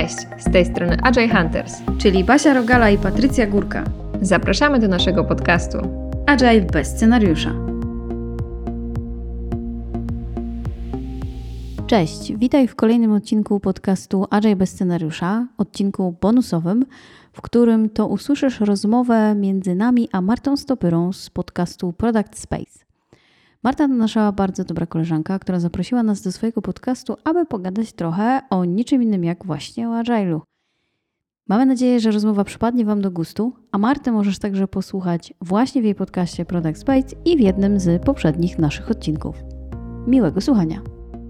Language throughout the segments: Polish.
Cześć, z tej strony Agile Hunters, czyli Basia Rogala i Patrycja Górka. Zapraszamy do naszego podcastu Agile bez scenariusza. Cześć, witaj w kolejnym odcinku podcastu Agile bez scenariusza, odcinku bonusowym, w którym to usłyszysz rozmowę między nami a Martą Stopyrą z podcastu Product Space. Marta to nasza bardzo dobra koleżanka, która zaprosiła nas do swojego podcastu, aby pogadać trochę o niczym innym jak właśnie o Agile'u. Mamy nadzieję, że rozmowa przypadnie Wam do gustu, a Martę możesz także posłuchać właśnie w jej podcaście Product Space i w jednym z poprzednich naszych odcinków. Miłego słuchania!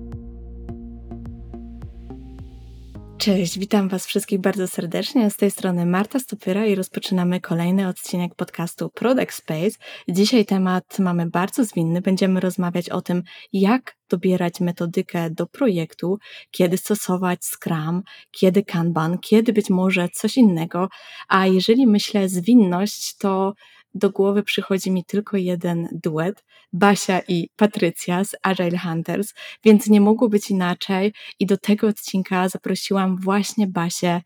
Cześć, witam Was wszystkich bardzo serdecznie. Z tej strony Marta Stopyra i rozpoczynamy kolejny odcinek podcastu Product Space. Dzisiaj temat mamy bardzo zwinny. Będziemy rozmawiać o tym, jak dobierać metodykę do projektu, kiedy stosować Scrum, kiedy Kanban, kiedy być może coś innego. A jeżeli myślę zwinność, to do głowy przychodzi mi tylko jeden duet, Basia i Patrycja z Agile Hunters, więc nie mogło być inaczej i do tego odcinka zaprosiłam właśnie Basię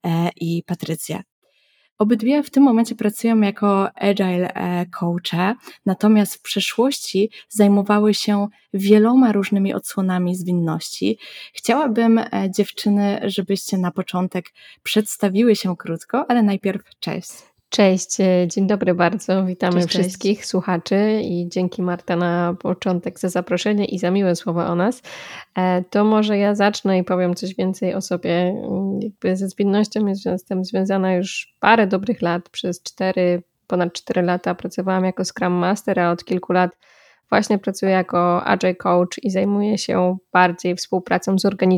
i Patrycję. Obydwie w tym momencie pracują jako Agile coache, natomiast w przeszłości zajmowały się wieloma różnymi odsłonami zwinności. Chciałabym, dziewczyny, żebyście na początek przedstawiły się krótko, ale najpierw cześć. Cześć, dzień dobry bardzo, witamy wszystkich Cześć. słuchaczy i dzięki Marta na początek za zaproszenie i za miłe słowa o nas. To może ja zacznę i powiem coś więcej o sobie. Jakby ze zwinnością jestem związana już parę dobrych lat, przez ponad 4 lata pracowałam jako Scrum Master, a od kilku lat właśnie pracuję jako Agile Coach i zajmuję się bardziej współpracą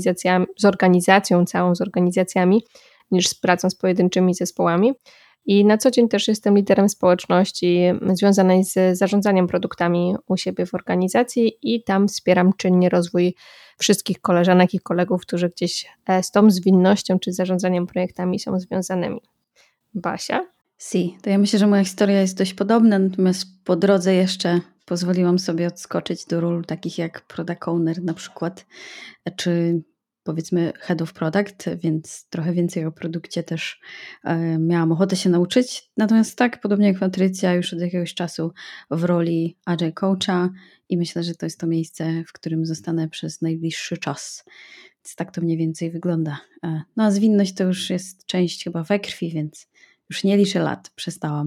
z organizacjami niż z pracą z pojedynczymi zespołami. I na co dzień też jestem liderem społeczności związanej z zarządzaniem produktami u siebie w organizacji i tam wspieram czynnie rozwój wszystkich koleżanek i kolegów, którzy gdzieś z tą zwinnością czy zarządzaniem projektami są związanymi. Basia? To ja myślę, że moja historia jest dość podobna, natomiast po drodze jeszcze pozwoliłam sobie odskoczyć do ról takich jak Product Owner na przykład, czy powiedzmy Head of Product, więc trochę więcej o produkcie też miałam ochotę się nauczyć. Natomiast tak, podobnie jak Patrycja, już od jakiegoś czasu w roli Agile Coacha i myślę, że to jest to miejsce, w którym zostanę przez najbliższy czas. Więc tak to mniej więcej wygląda. No a zwinność to już jest część chyba we krwi, więc już nie liczę lat, przestałam.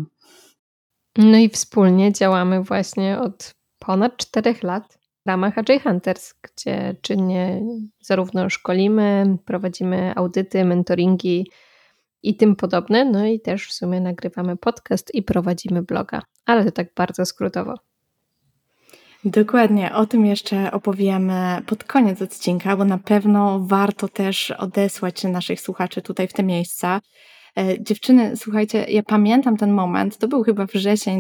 No i wspólnie działamy właśnie od ponad 4 lat w ramach Agile Hunters, gdzie czynnie zarówno szkolimy, prowadzimy audyty, mentoringi i tym podobne, no i też w sumie nagrywamy podcast i prowadzimy bloga, ale to tak bardzo skrótowo. Dokładnie, o tym jeszcze opowiemy pod koniec odcinka, bo na pewno warto też odesłać naszych słuchaczy tutaj w te miejsca. Dziewczyny, słuchajcie, ja pamiętam ten moment, to był chyba wrzesień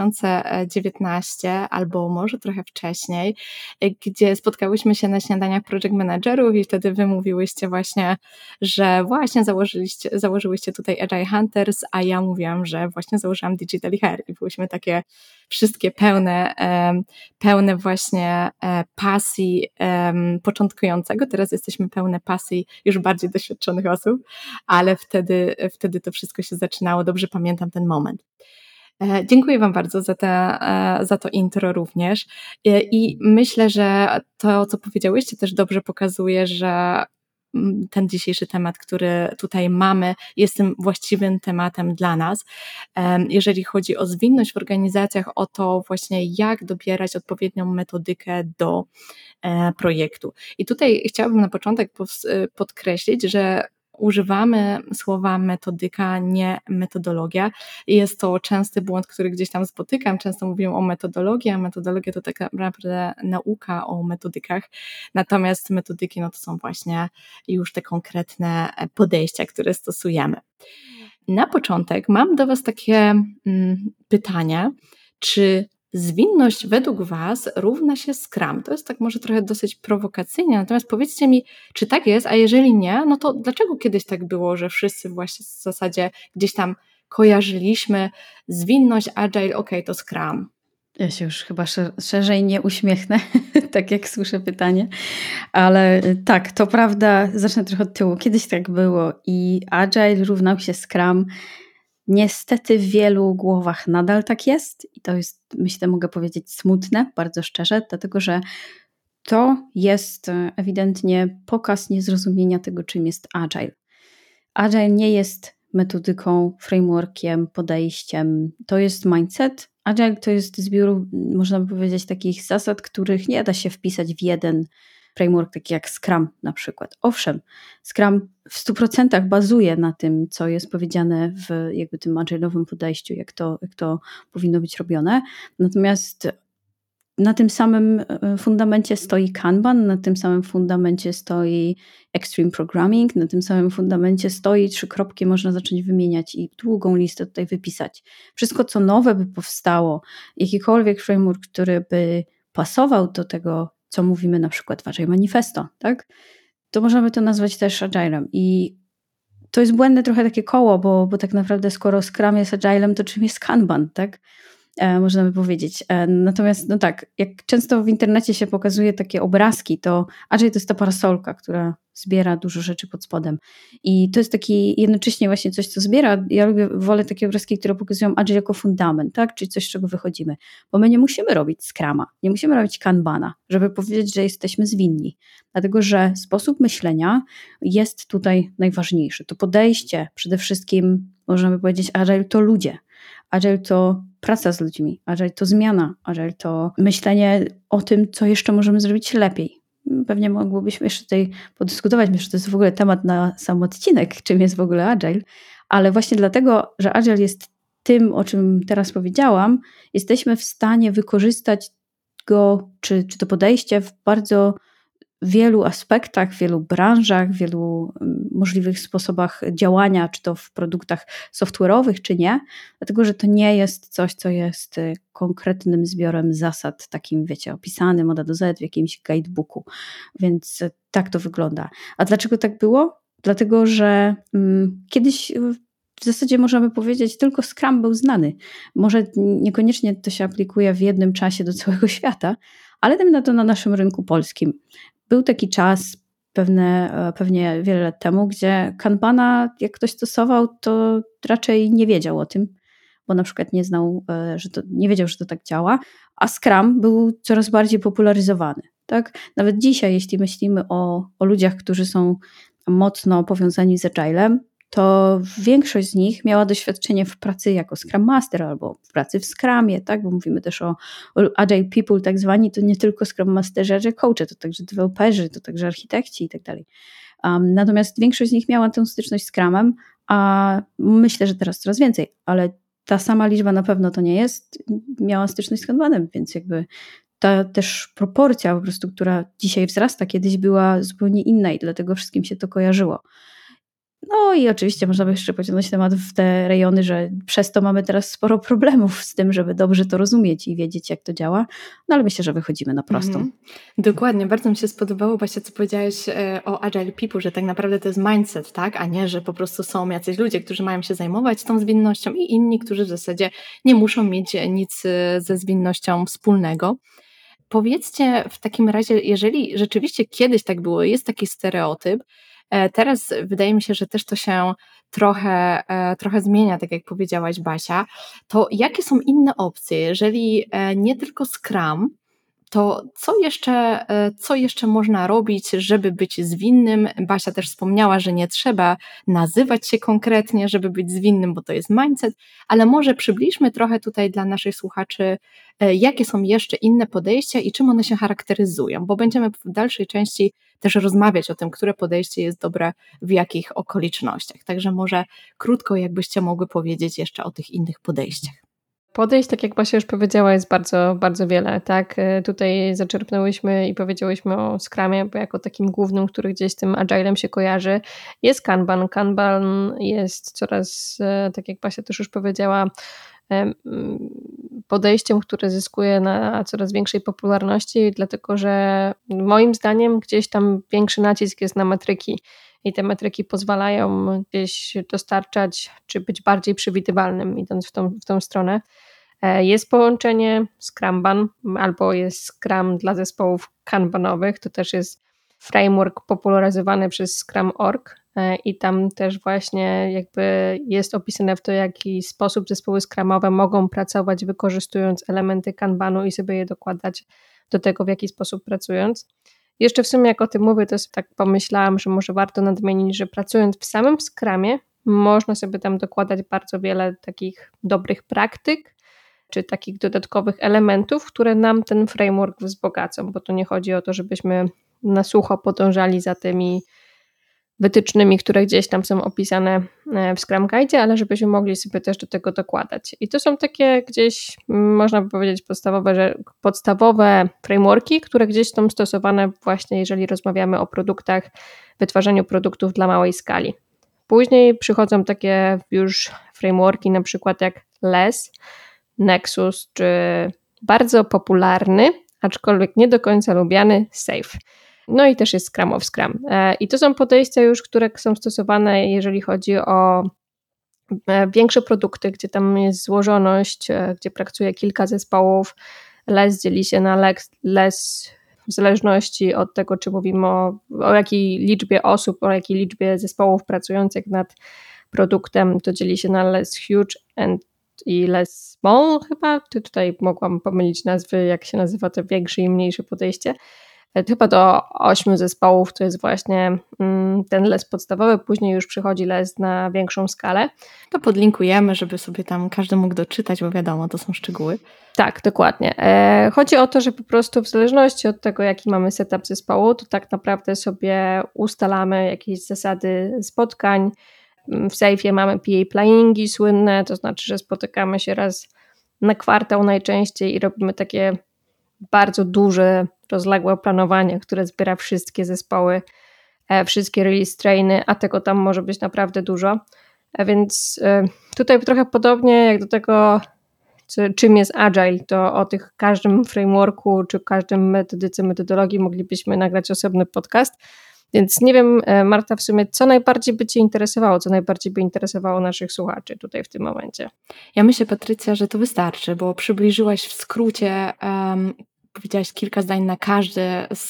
2019 albo może trochę wcześniej, gdzie spotkałyśmy się na śniadaniach project managerów i wtedy wy mówiłyście właśnie, że właśnie założyłyście tutaj Agile Hunters, a ja mówiłam, że właśnie założyłam Digital Hair i byłyśmy takie wszystkie pełne właśnie pasji początkującego, teraz jesteśmy pełne pasji już bardziej doświadczonych osób, ale wtedy to wszystko się zaczynało, dobrze pamiętam ten moment. Dziękuję Wam bardzo za to intro również i myślę, że to, co powiedziałyście, też dobrze pokazuje, że ten dzisiejszy temat, który tutaj mamy, jest tym właściwym tematem dla nas. Jeżeli chodzi o zwinność w organizacjach, o to właśnie jak dobierać odpowiednią metodykę do projektu. I tutaj chciałabym na początek podkreślić, że używamy słowa metodyka, nie metodologia. Jest to częsty błąd, który gdzieś tam spotykam. Często mówią o metodologii, a metodologia to tak naprawdę nauka o metodykach. Natomiast metodyki to są właśnie już te konkretne podejścia, które stosujemy. Na początek mam do Was takie pytanie, czy zwinność według Was równa się Scrum? To jest tak może trochę dosyć prowokacyjnie, natomiast powiedzcie mi, czy tak jest, a jeżeli nie, no to dlaczego kiedyś tak było, że wszyscy właśnie w zasadzie gdzieś tam kojarzyliśmy zwinność, Agile, to Scrum? Ja się już chyba szerzej nie uśmiechnę, tak jak słyszę pytanie, ale tak, to prawda, zacznę trochę od tyłu. Kiedyś tak było i Agile równał się Scrum. Niestety w wielu głowach nadal tak jest i to jest, myślę, mogę powiedzieć smutne, bardzo szczerze, dlatego że to jest ewidentnie pokaz niezrozumienia tego, czym jest Agile. Agile nie jest metodyką, frameworkiem, podejściem. To jest mindset. Agile to jest zbiór, można by powiedzieć, takich zasad, których nie da się wpisać w jeden framework, taki jak Scrum na przykład. Owszem, Scrum w 100% bazuje na tym, co jest powiedziane w jakby tym agile'owym podejściu, jak to powinno być robione. Natomiast na tym samym fundamencie stoi Kanban, na tym samym fundamencie stoi Extreme Programming, na tym samym fundamencie stoi 3 kropki, można zacząć wymieniać i długą listę tutaj wypisać. Wszystko, co nowe by powstało, jakikolwiek framework, który by pasował do tego, co mówimy na przykład w Agile Manifesto, tak? To możemy to nazwać też Agilem. I to jest błędne trochę takie koło, bo tak naprawdę skoro Scrum jest Agilem, to czym jest Kanban, tak? Można by powiedzieć. Natomiast no tak, jak często w internecie się pokazuje takie obrazki, to Agile to jest ta parasolka, która zbiera dużo rzeczy pod spodem. I to jest taki jednocześnie właśnie coś, co zbiera. Ja wolę takie obrazki, które pokazują Agile jako fundament, tak? Czyli coś, z czego wychodzimy. Bo my nie musimy robić Scruma, nie musimy robić Kanbana, żeby powiedzieć, że jesteśmy zwinni. Dlatego, że sposób myślenia jest tutaj najważniejszy. To podejście, przede wszystkim można by powiedzieć, Agile to ludzie. Agile to praca z ludźmi, Agile to zmiana, Agile to myślenie o tym, co jeszcze możemy zrobić lepiej. Pewnie mogłobyśmy jeszcze tutaj podyskutować, myślę, że to jest w ogóle temat na sam odcinek, czym jest w ogóle Agile, ale właśnie dlatego, że Agile jest tym, o czym teraz powiedziałam, jesteśmy w stanie wykorzystać go, czy to podejście w bardzo wielu aspektach, w wielu branżach, w wielu możliwych sposobach działania, czy to w produktach software'owych, czy nie, dlatego że to nie jest coś, co jest konkretnym zbiorem zasad, takim wiecie, opisanym od A do Z w jakimś guidebooku, więc tak to wygląda. A dlaczego tak było? Dlatego, że kiedyś w zasadzie możemy powiedzieć, tylko Scrum był znany. Może niekoniecznie to się aplikuje w jednym czasie do całego świata, ale dajmy na to na naszym rynku polskim. Był taki czas, pewnie wiele lat temu, gdzie Kanbana, jak ktoś stosował, to raczej nie wiedział o tym, bo na przykład nie wiedział, że to tak działa, a Scrum był coraz bardziej popularyzowany. Tak? Nawet dzisiaj, jeśli myślimy o ludziach, którzy są mocno powiązani z Agilem, to większość z nich miała doświadczenie w pracy jako Scrum Master albo w pracy w Scrumie, tak? Bo mówimy też o Agile People tak zwani, to nie tylko Scrum Masterzy, Agile Coache, to także deweloperzy, to także architekci i tak dalej. Natomiast większość z nich miała tę styczność z Scrumem, a myślę, że teraz coraz więcej, ale ta sama liczba na pewno to nie jest, miała styczność z Kanbanem, więc jakby ta też proporcja po prostu, która dzisiaj wzrasta, kiedyś była zupełnie inna i dlatego wszystkim się to kojarzyło. No i oczywiście można by jeszcze pociągnąć temat w te rejony, że przez to mamy teraz sporo problemów z tym, żeby dobrze to rozumieć i wiedzieć, jak to działa, no ale myślę, że wychodzimy na prostą. Dokładnie, bardzo mi się spodobało właśnie, co powiedziałeś o Agile People, że tak naprawdę to jest mindset, tak, a nie, że po prostu są jacyś ludzie, którzy mają się zajmować tą zwinnością i inni, którzy w zasadzie nie muszą mieć nic ze zwinnością wspólnego. Powiedzcie w takim razie, jeżeli rzeczywiście kiedyś tak było, jest taki stereotyp, teraz wydaje mi się, że też to się trochę zmienia, tak jak powiedziałaś, Basia, to jakie są inne opcje, jeżeli nie tylko Scrum, to co jeszcze można robić, żeby być zwinnym? Basia też wspomniała, że nie trzeba nazywać się konkretnie, żeby być zwinnym, bo to jest mindset, ale może przybliżmy trochę tutaj dla naszych słuchaczy, jakie są jeszcze inne podejścia i czym one się charakteryzują, bo będziemy w dalszej części też rozmawiać o tym, które podejście jest dobre w jakich okolicznościach. Także może krótko, jakbyście mogły powiedzieć jeszcze o tych innych podejściach. Podejść, tak jak Basia już powiedziała, jest bardzo, bardzo wiele. Tak? Tutaj zaczerpnęłyśmy i powiedziałyśmy o Scrumie, bo jako takim głównym, który gdzieś z tym Agilem się kojarzy, jest Kanban. Kanban jest coraz, tak jak Basia też już powiedziała, podejściem, które zyskuje na coraz większej popularności, dlatego że moim zdaniem gdzieś tam większy nacisk jest na metryki i te metryki pozwalają gdzieś dostarczać, czy być bardziej przewidywalnym, idąc w tą stronę. Jest połączenie Scrumban albo jest Scrum dla zespołów kanbanowych, to też jest framework popularyzowany przez Scrum.org i tam też właśnie jakby jest opisane w to, w jaki sposób zespoły scrumowe mogą pracować, wykorzystując elementy kanbanu i sobie je dokładać do tego, w jaki sposób pracując. Jeszcze w sumie jak o tym mówię, to jest tak pomyślałam, że może warto nadmienić, że pracując w samym Scrumie można sobie tam dokładać bardzo wiele takich dobrych praktyk, czy takich dodatkowych elementów, które nam ten framework wzbogacą, bo to nie chodzi o to, żebyśmy na sucho podążali za tymi wytycznymi, które gdzieś tam są opisane w Scrum Guide, ale żebyśmy mogli sobie też do tego dokładać. I to są takie gdzieś, można by powiedzieć, podstawowe frameworki, które gdzieś są stosowane właśnie, jeżeli rozmawiamy o produktach, wytwarzaniu produktów dla małej skali. Później przychodzą takie już frameworki, na przykład jak LESS, Nexus, czy bardzo popularny, aczkolwiek nie do końca lubiany SAFe. No i też jest Scrum of Scrum. I to są podejścia już, które są stosowane, jeżeli chodzi o większe produkty, gdzie tam jest złożoność, gdzie pracuje kilka zespołów. LESS dzieli się na LESS w zależności od tego, czy mówimy o jakiej liczbie osób, o jakiej liczbie zespołów pracujących nad produktem, to dzieli się na LESS Huge i LESS Small chyba. Tutaj mogłam pomylić nazwy, jak się nazywa to większe i mniejsze podejście. Chyba do 8 zespołów to jest właśnie ten LESS podstawowy, później już przychodzi LESS na większą skalę. To podlinkujemy, żeby sobie tam każdy mógł doczytać, bo wiadomo, to są szczegóły. Tak, dokładnie. Chodzi o to, że po prostu w zależności od tego, jaki mamy setup zespołu, to tak naprawdę sobie ustalamy jakieś zasady spotkań. W SAFe mamy PA planningi słynne, to znaczy, że spotykamy się raz na kwartał najczęściej i robimy takie bardzo duże, rozległe planowanie, które zbiera wszystkie zespoły, wszystkie release trainy, a tego tam może być naprawdę dużo. Więc tutaj trochę podobnie jak do tego, czym jest Agile, to o tych każdym frameworku czy każdym metodologii moglibyśmy nagrać osobny podcast. Więc nie wiem, Marta, w sumie co najbardziej by Cię interesowało, co najbardziej by interesowało naszych słuchaczy tutaj w tym momencie? Ja myślę, Patrycja, że to wystarczy, bo przybliżyłaś w skrócie, powiedziałaś kilka zdań na każdy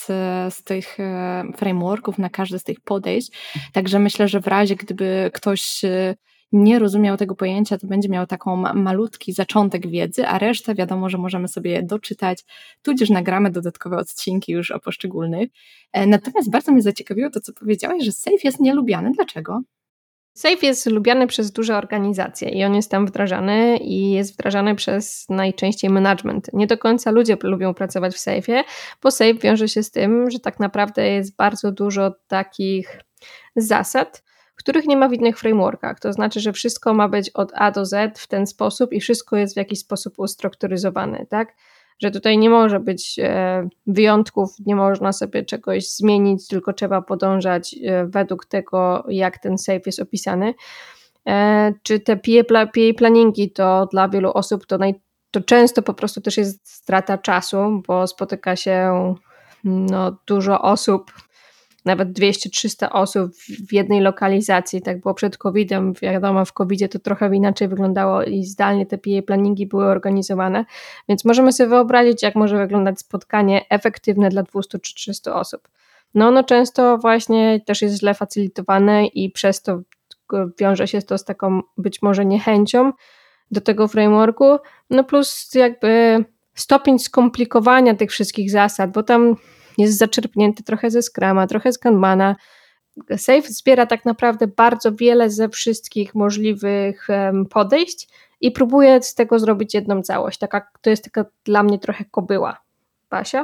z tych frameworków, na każdy z tych podejść. Także myślę, że w razie, gdyby ktoś nie rozumiał tego pojęcia, to będzie miał taką malutki zaczątek wiedzy, a resztę wiadomo, że możemy sobie doczytać, tudzież nagramy dodatkowe odcinki już o poszczególnych. Natomiast bardzo mnie zaciekawiło to, co powiedziałaś, że SAFe jest nielubiany. Dlaczego? SAFe jest lubiany przez duże organizacje i on jest tam wdrażany i jest wdrażany przez najczęściej management. Nie do końca ludzie lubią pracować w SAFe, bo SAFe wiąże się z tym, że tak naprawdę jest bardzo dużo takich zasad, których nie ma w innych frameworkach. To znaczy, że wszystko ma być od A do Z w ten sposób i wszystko jest w jakiś sposób ustrukturyzowane, tak? Że tutaj nie może być wyjątków, nie można sobie czegoś zmienić, tylko trzeba podążać według tego, jak ten SAFe jest opisany. Czy te PA planningi to dla wielu osób to często po prostu też jest strata czasu, bo spotyka się dużo osób, nawet 200-300 osób w jednej lokalizacji. Tak było przed COVID-em. Wiadomo, w COVID-zie to trochę inaczej wyglądało i zdalnie te PA planningi były organizowane, więc możemy sobie wyobrazić, jak może wyglądać spotkanie efektywne dla 200 czy 300 osób. No ono często właśnie też jest źle facylitowane i przez to wiąże się to z taką być może niechęcią do tego frameworku, no plus jakby stopień skomplikowania tych wszystkich zasad, bo tam jest zaczerpnięty trochę ze Scruma, trochę z Kanbana. SAFe zbiera tak naprawdę bardzo wiele ze wszystkich możliwych podejść i próbuje z tego zrobić jedną całość. To jest taka dla mnie trochę kobyła. Basia?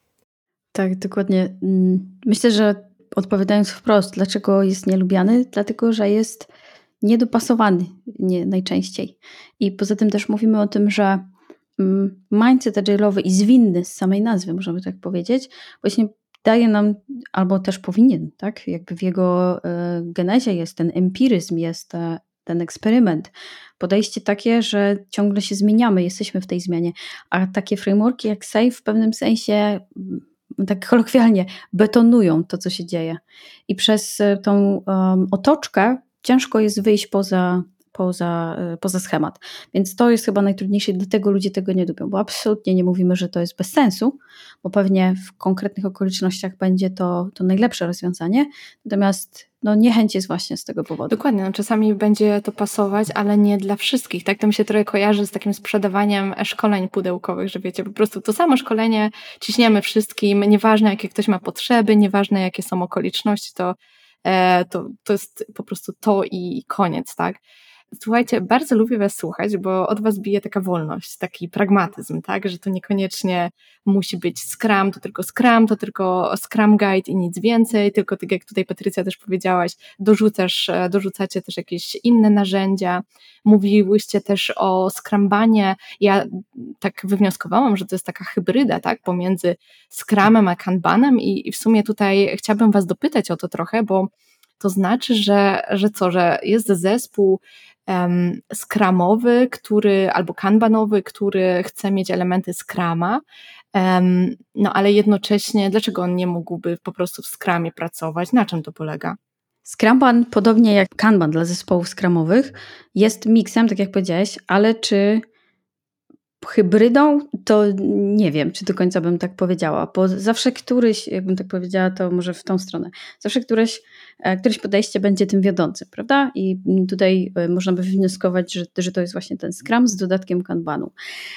Tak, dokładnie. Myślę, że odpowiadając wprost, dlaczego jest nielubiany? Dlatego, że jest niedopasowany najczęściej. I poza tym też mówimy o tym, że mindset agile'owy i zwinny z samej nazwy, możemy tak powiedzieć, właśnie daje nam, albo też powinien, tak? Jakby w jego genezie jest ten empiryzm, jest ten eksperyment. Podejście takie, że ciągle się zmieniamy, jesteśmy w tej zmianie. A takie frameworki jak SAFe w pewnym sensie, tak kolokwialnie, betonują to, co się dzieje. I przez tą otoczkę ciężko jest wyjść poza poza schemat. Więc to jest chyba najtrudniejsze i dlatego ludzie tego nie lubią, bo absolutnie nie mówimy, że to jest bez sensu, bo pewnie w konkretnych okolicznościach będzie to najlepsze rozwiązanie, natomiast niechęć jest właśnie z tego powodu. Dokładnie, czasami będzie to pasować, ale nie dla wszystkich. Tak to mi się trochę kojarzy z takim sprzedawaniem szkoleń pudełkowych, że wiecie, po prostu to samo szkolenie ciśniemy wszystkim, nieważne jakie ktoś ma potrzeby, nieważne jakie są okoliczności, to jest po prostu to i koniec, tak? Słuchajcie, bardzo lubię was słuchać, bo od was bije taka wolność, taki pragmatyzm, tak, że to niekoniecznie musi być Scrum, to tylko Scrum Guide i nic więcej, tylko tak jak tutaj Patrycja też powiedziałaś, dorzucacie też jakieś inne narzędzia. Mówiłyście też o Scrumbanie. Ja tak wywnioskowałam, że to jest taka hybryda, tak, pomiędzy Scrumem a Kanbanem i w sumie tutaj chciałabym was dopytać o to trochę, bo to znaczy, że jest zespół scrumowy, albo kanbanowy, który chce mieć elementy Scruma, ale jednocześnie dlaczego on nie mógłby po prostu w Scrumie pracować? Na czym to polega? Scrumban, podobnie jak Kanban dla zespołów scrumowych, jest miksem, tak jak powiedziałeś, ale czy hybrydą, to nie wiem, czy do końca bym tak powiedziała, bo zawsze któryś, jakbym tak powiedziała, to może w tą stronę, zawsze któreś podejście będzie tym wiodącym, prawda? I tutaj można by wywnioskować, że to jest właśnie ten Scrum z dodatkiem Kanbanu.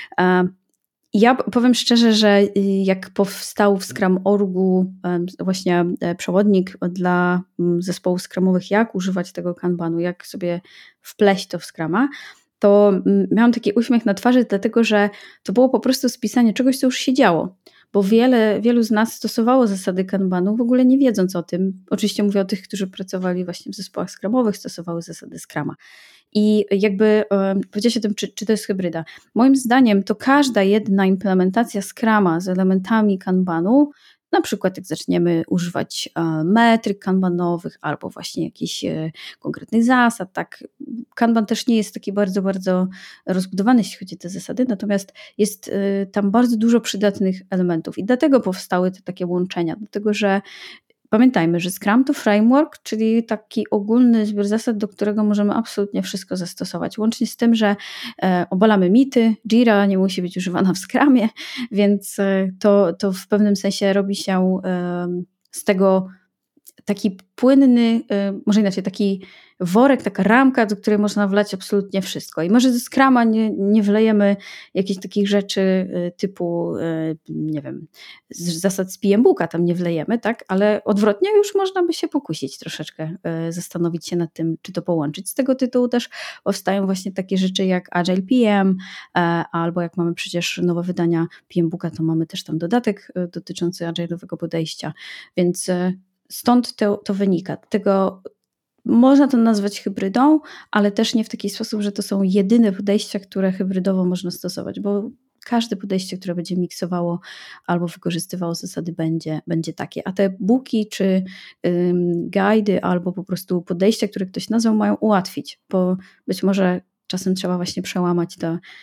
Ja powiem szczerze, że jak powstał w Scrum.org-u właśnie przewodnik dla zespołów scrumowych, jak używać tego Kanbanu, jak sobie wpleść to w Scruma, to miałam taki uśmiech na twarzy, dlatego że to było po prostu spisanie czegoś, co już się działo. Bo wielu z nas stosowało zasady Kanbanu, w ogóle nie wiedząc o tym. Oczywiście mówię o tych, którzy pracowali właśnie w zespołach scrumowych, stosowały zasady Scruma. I jakby powiedziałeś o tym, czy to jest hybryda. Moim zdaniem to każda jedna implementacja Scruma z elementami Kanbanu, na przykład jak zaczniemy używać metryk kanbanowych albo właśnie jakichś konkretnych zasad, tak. Kanban też nie jest taki bardzo, bardzo rozbudowany, jeśli chodzi o te zasady, natomiast jest tam bardzo dużo przydatnych elementów i dlatego powstały te takie łączenia, dlatego że pamiętajmy, że Scrum to framework, czyli taki ogólny zbiór zasad, do którego możemy absolutnie wszystko zastosować. Łącznie z tym, że obalamy mity, Jira nie musi być używana w Scrumie, więc to w pewnym sensie robi się z tego taki płynny, może inaczej, taki worek, taka ramka, do której można wlać absolutnie wszystko. I może ze Scruma nie wlejemy jakichś takich rzeczy typu, nie wiem, zasad z PM Booka tam nie wlejemy, tak? Ale odwrotnie już można by się pokusić troszeczkę, zastanowić się nad tym, czy to połączyć. Z tego tytułu też powstają właśnie takie rzeczy jak Agile PM, albo jak mamy przecież nowe wydania PM Booka, to mamy też tam dodatek dotyczący agile'owego podejścia, więc stąd to wynika. Tego można to nazwać hybrydą, ale też nie w taki sposób, że to są jedyne podejścia, które hybrydowo można stosować, bo każde podejście, które będzie miksowało albo wykorzystywało zasady, będzie takie. A te booki czy guidy albo po prostu podejścia, które ktoś nazwał, mają ułatwić, bo być może czasem trzeba właśnie przełamać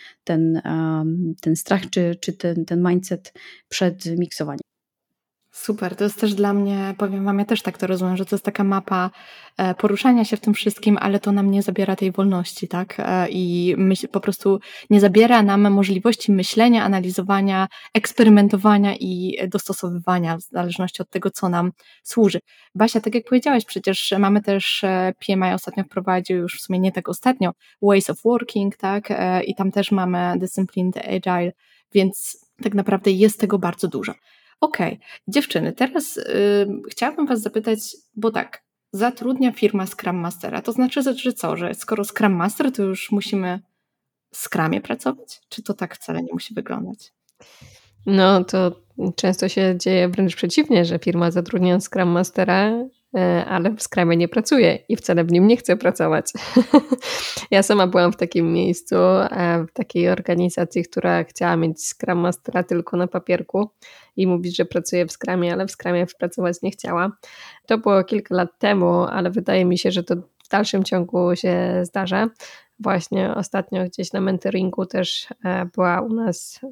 ten strach czy ten mindset przed miksowaniem. Super, to jest też dla mnie, powiem wam, ja też tak to rozumiem, że to jest taka mapa poruszania się w tym wszystkim, ale to nam nie zabiera tej wolności, tak? I po prostu nie zabiera nam możliwości myślenia, analizowania, eksperymentowania i dostosowywania w zależności od tego, co nam służy. Basia, tak jak powiedziałaś, przecież mamy też PMI ostatnio wprowadził, już w sumie nie tak ostatnio, Ways of Working, tak? I tam też mamy Disciplined Agile, więc tak naprawdę jest tego bardzo dużo. Okej, dziewczyny, teraz chciałabym was zapytać, bo tak, zatrudnia firma Scrum Mastera, to znaczy, że co, że skoro Scrum Master, to już musimy w Scrumie pracować? Czy to tak wcale nie musi wyglądać? No to często się dzieje wręcz przeciwnie, że firma zatrudnia Scrum Mastera, ale w Scrumie nie pracuje i wcale w nim nie chce pracować. Ja sama byłam w takim miejscu, w takiej organizacji, która chciała mieć Scrum Mastera tylko na papierku i mówić, że pracuje w Scrumie, ale w Scrumie pracować nie chciała. To było kilka lat temu, ale wydaje mi się, że to w dalszym ciągu się zdarza. Właśnie ostatnio gdzieś na mentoringu też była u nas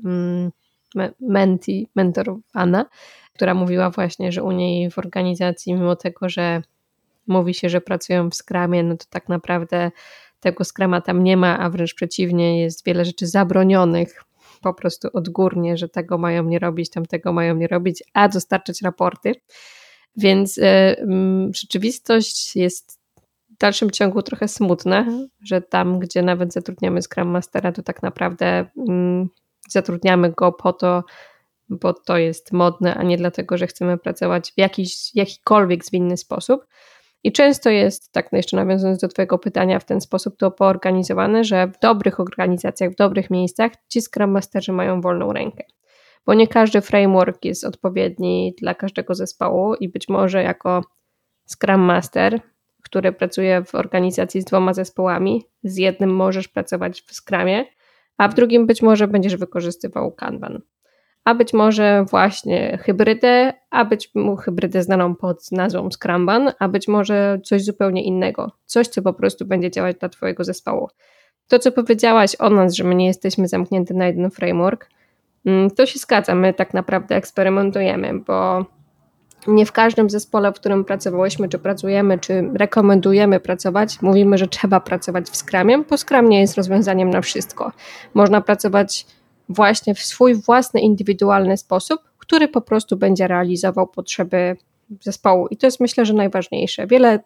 mentorowana, która mówiła właśnie, że u niej w organizacji, mimo tego, że mówi się, że pracują w Scrumie, no to tak naprawdę tego Scruma tam nie ma, a wręcz przeciwnie, jest wiele rzeczy zabronionych po prostu odgórnie, że tego mają nie robić, tamtego mają nie robić, a dostarczać raporty. Więc rzeczywistość jest w dalszym ciągu trochę smutna, że tam, gdzie nawet zatrudniamy Scrum Mastera, to tak naprawdę zatrudniamy go po to, bo to jest modne, a nie dlatego, że chcemy pracować w jakikolwiek zwinny sposób. I często jest, tak jeszcze nawiązując do twojego pytania, w ten sposób to poorganizowane, że w dobrych organizacjach, w dobrych miejscach ci Scrum Masterzy mają wolną rękę. Bo nie każdy framework jest odpowiedni dla każdego zespołu i być może jako Scrum Master, który pracuje w organizacji z 2 zespołami, z jednym możesz pracować w Scrumie, a w drugim być może będziesz wykorzystywał Kanban. A być może właśnie hybrydę, hybrydę znaną pod nazwą Scrumban, a być może coś zupełnie innego. Coś, co po prostu będzie działać dla twojego zespołu. To, co powiedziałaś o nas, że my nie jesteśmy zamknięte na jeden framework, to się zgadza. My tak naprawdę eksperymentujemy, bo nie w każdym zespole, w którym pracowałyśmy, czy pracujemy, czy rekomendujemy pracować, mówimy, że trzeba pracować w Scrumie, bo Scrum nie jest rozwiązaniem na wszystko. Można pracować właśnie w swój własny, indywidualny sposób, który po prostu będzie realizował potrzeby zespołu. I to jest, myślę, że najważniejsze. Wiele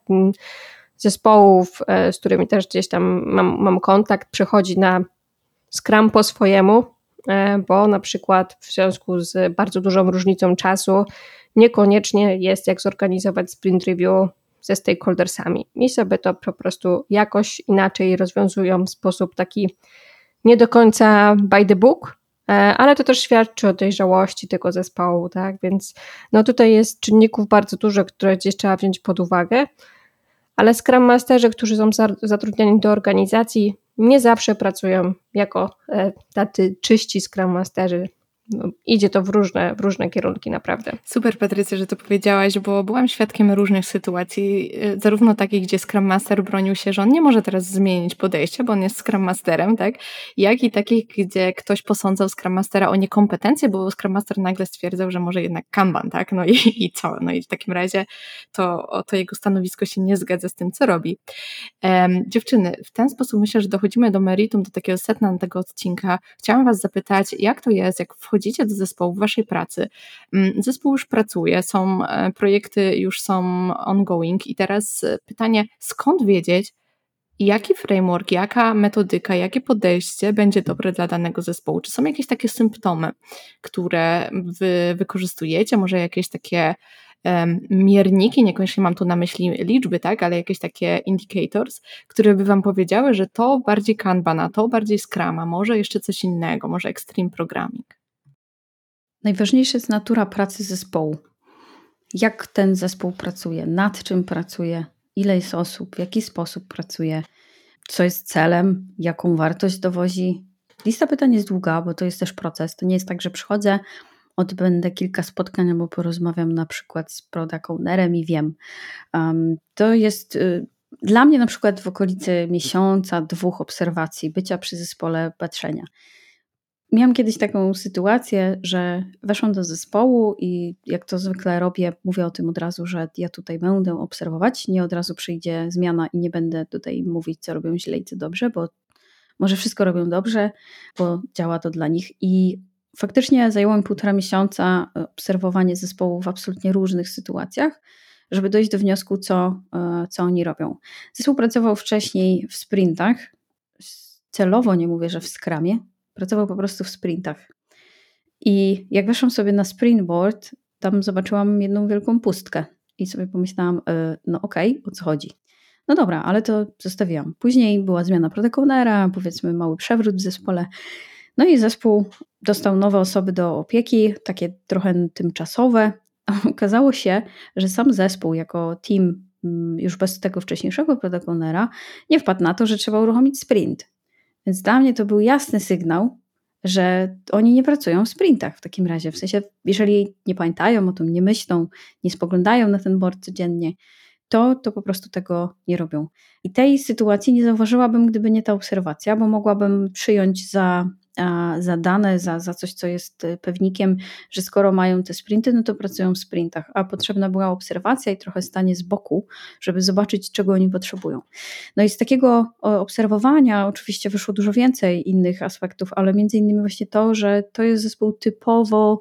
zespołów, z którymi też gdzieś tam mam kontakt, przechodzi na Scrum po swojemu, bo na przykład w związku z bardzo dużą różnicą czasu niekoniecznie jest jak zorganizować sprint review ze stakeholdersami i sobie to po prostu jakoś inaczej rozwiązują w sposób taki nie do końca by the book, ale to też świadczy o dojrzałości tego zespołu, tak? Więc no tutaj jest czynników bardzo dużo, które gdzieś trzeba wziąć pod uwagę, ale Scrum Masterzy, którzy są zatrudniani do organizacji, nie zawsze pracują jako tacy czyści Scrum Masterzy. No, idzie to w różne kierunki naprawdę. Super, Patrycja, że to powiedziałaś, bo byłam świadkiem różnych sytuacji, zarówno takich, gdzie Scrum Master bronił się, że on nie może teraz zmienić podejścia, bo on jest Scrum Masterem, tak? Jak i takich, gdzie ktoś posądzał Scrum Mastera o niekompetencje, bo Scrum Master nagle stwierdzał, że może jednak Kanban, tak? No i co? No i w takim razie to jego stanowisko się nie zgadza z tym, co robi. Dziewczyny, w ten sposób myślę, że dochodzimy do meritum, do takiego sedna tego odcinka. Chciałam was zapytać, jak to jest, jak wchodzicie do zespołu w waszej pracy? Zespół już pracuje, projekty już są ongoing i teraz pytanie, skąd wiedzieć, jaki framework, jaka metodyka, jakie podejście będzie dobre dla danego zespołu? Czy są jakieś takie symptomy, które wy wykorzystujecie, może jakieś takie mierniki, niekoniecznie mam tu na myśli liczby, tak, ale jakieś takie indicators, które by wam powiedziały, że to bardziej Kanbana, to bardziej Scruma, może jeszcze coś innego, może Extreme Programming? Najważniejsza jest natura pracy zespołu. Jak ten zespół pracuje, nad czym pracuje, ile jest osób, w jaki sposób pracuje, co jest celem, jaką wartość dowozi. Lista pytań jest długa, bo to jest też proces. To nie jest tak, że przychodzę, odbędę kilka spotkań albo porozmawiam na przykład z product ownerem i wiem. To jest dla mnie na przykład w okolicy miesiąca, 2 obserwacji, bycia przy zespole, patrzenia. Miałam kiedyś taką sytuację, że weszłam do zespołu i jak to zwykle robię, mówię o tym od razu, że ja tutaj będę obserwować, nie od razu przyjdzie zmiana i nie będę tutaj mówić, co robią źle i co dobrze, bo może wszystko robią dobrze, bo działa to dla nich. I faktycznie zajęło mi 1,5 miesiąca obserwowanie zespołu w absolutnie różnych sytuacjach, żeby dojść do wniosku, co oni robią. Zespół pracował wcześniej w sprintach, celowo nie mówię, że w Scrumie, pracował po prostu w sprintach. I jak weszłam sobie na sprint board, tam zobaczyłam jedną wielką pustkę i sobie pomyślałam, no okej, o co chodzi? No dobra, ale to zostawiłam. Później była zmiana product ownera, powiedzmy mały przewrót w zespole. No i zespół dostał nowe osoby do opieki, takie trochę tymczasowe. Okazało się, że sam zespół jako team, już bez tego wcześniejszego product ownera, nie wpadł na to, że trzeba uruchomić sprint. Więc dla mnie to był jasny sygnał, że oni nie pracują w sprintach w takim razie. W sensie, jeżeli nie pamiętają o tym, nie myślą, nie spoglądają na ten board codziennie, to po prostu tego nie robią. I tej sytuacji nie zauważyłabym, gdyby nie ta obserwacja, bo mogłabym przyjąć za zadane za coś, co jest pewnikiem, że skoro mają te sprinty, no to pracują w sprintach, a potrzebna była obserwacja i trochę stanie z boku, żeby zobaczyć, czego oni potrzebują. No i z takiego obserwowania oczywiście wyszło dużo więcej innych aspektów, ale między innymi właśnie to, że to jest zespół typowo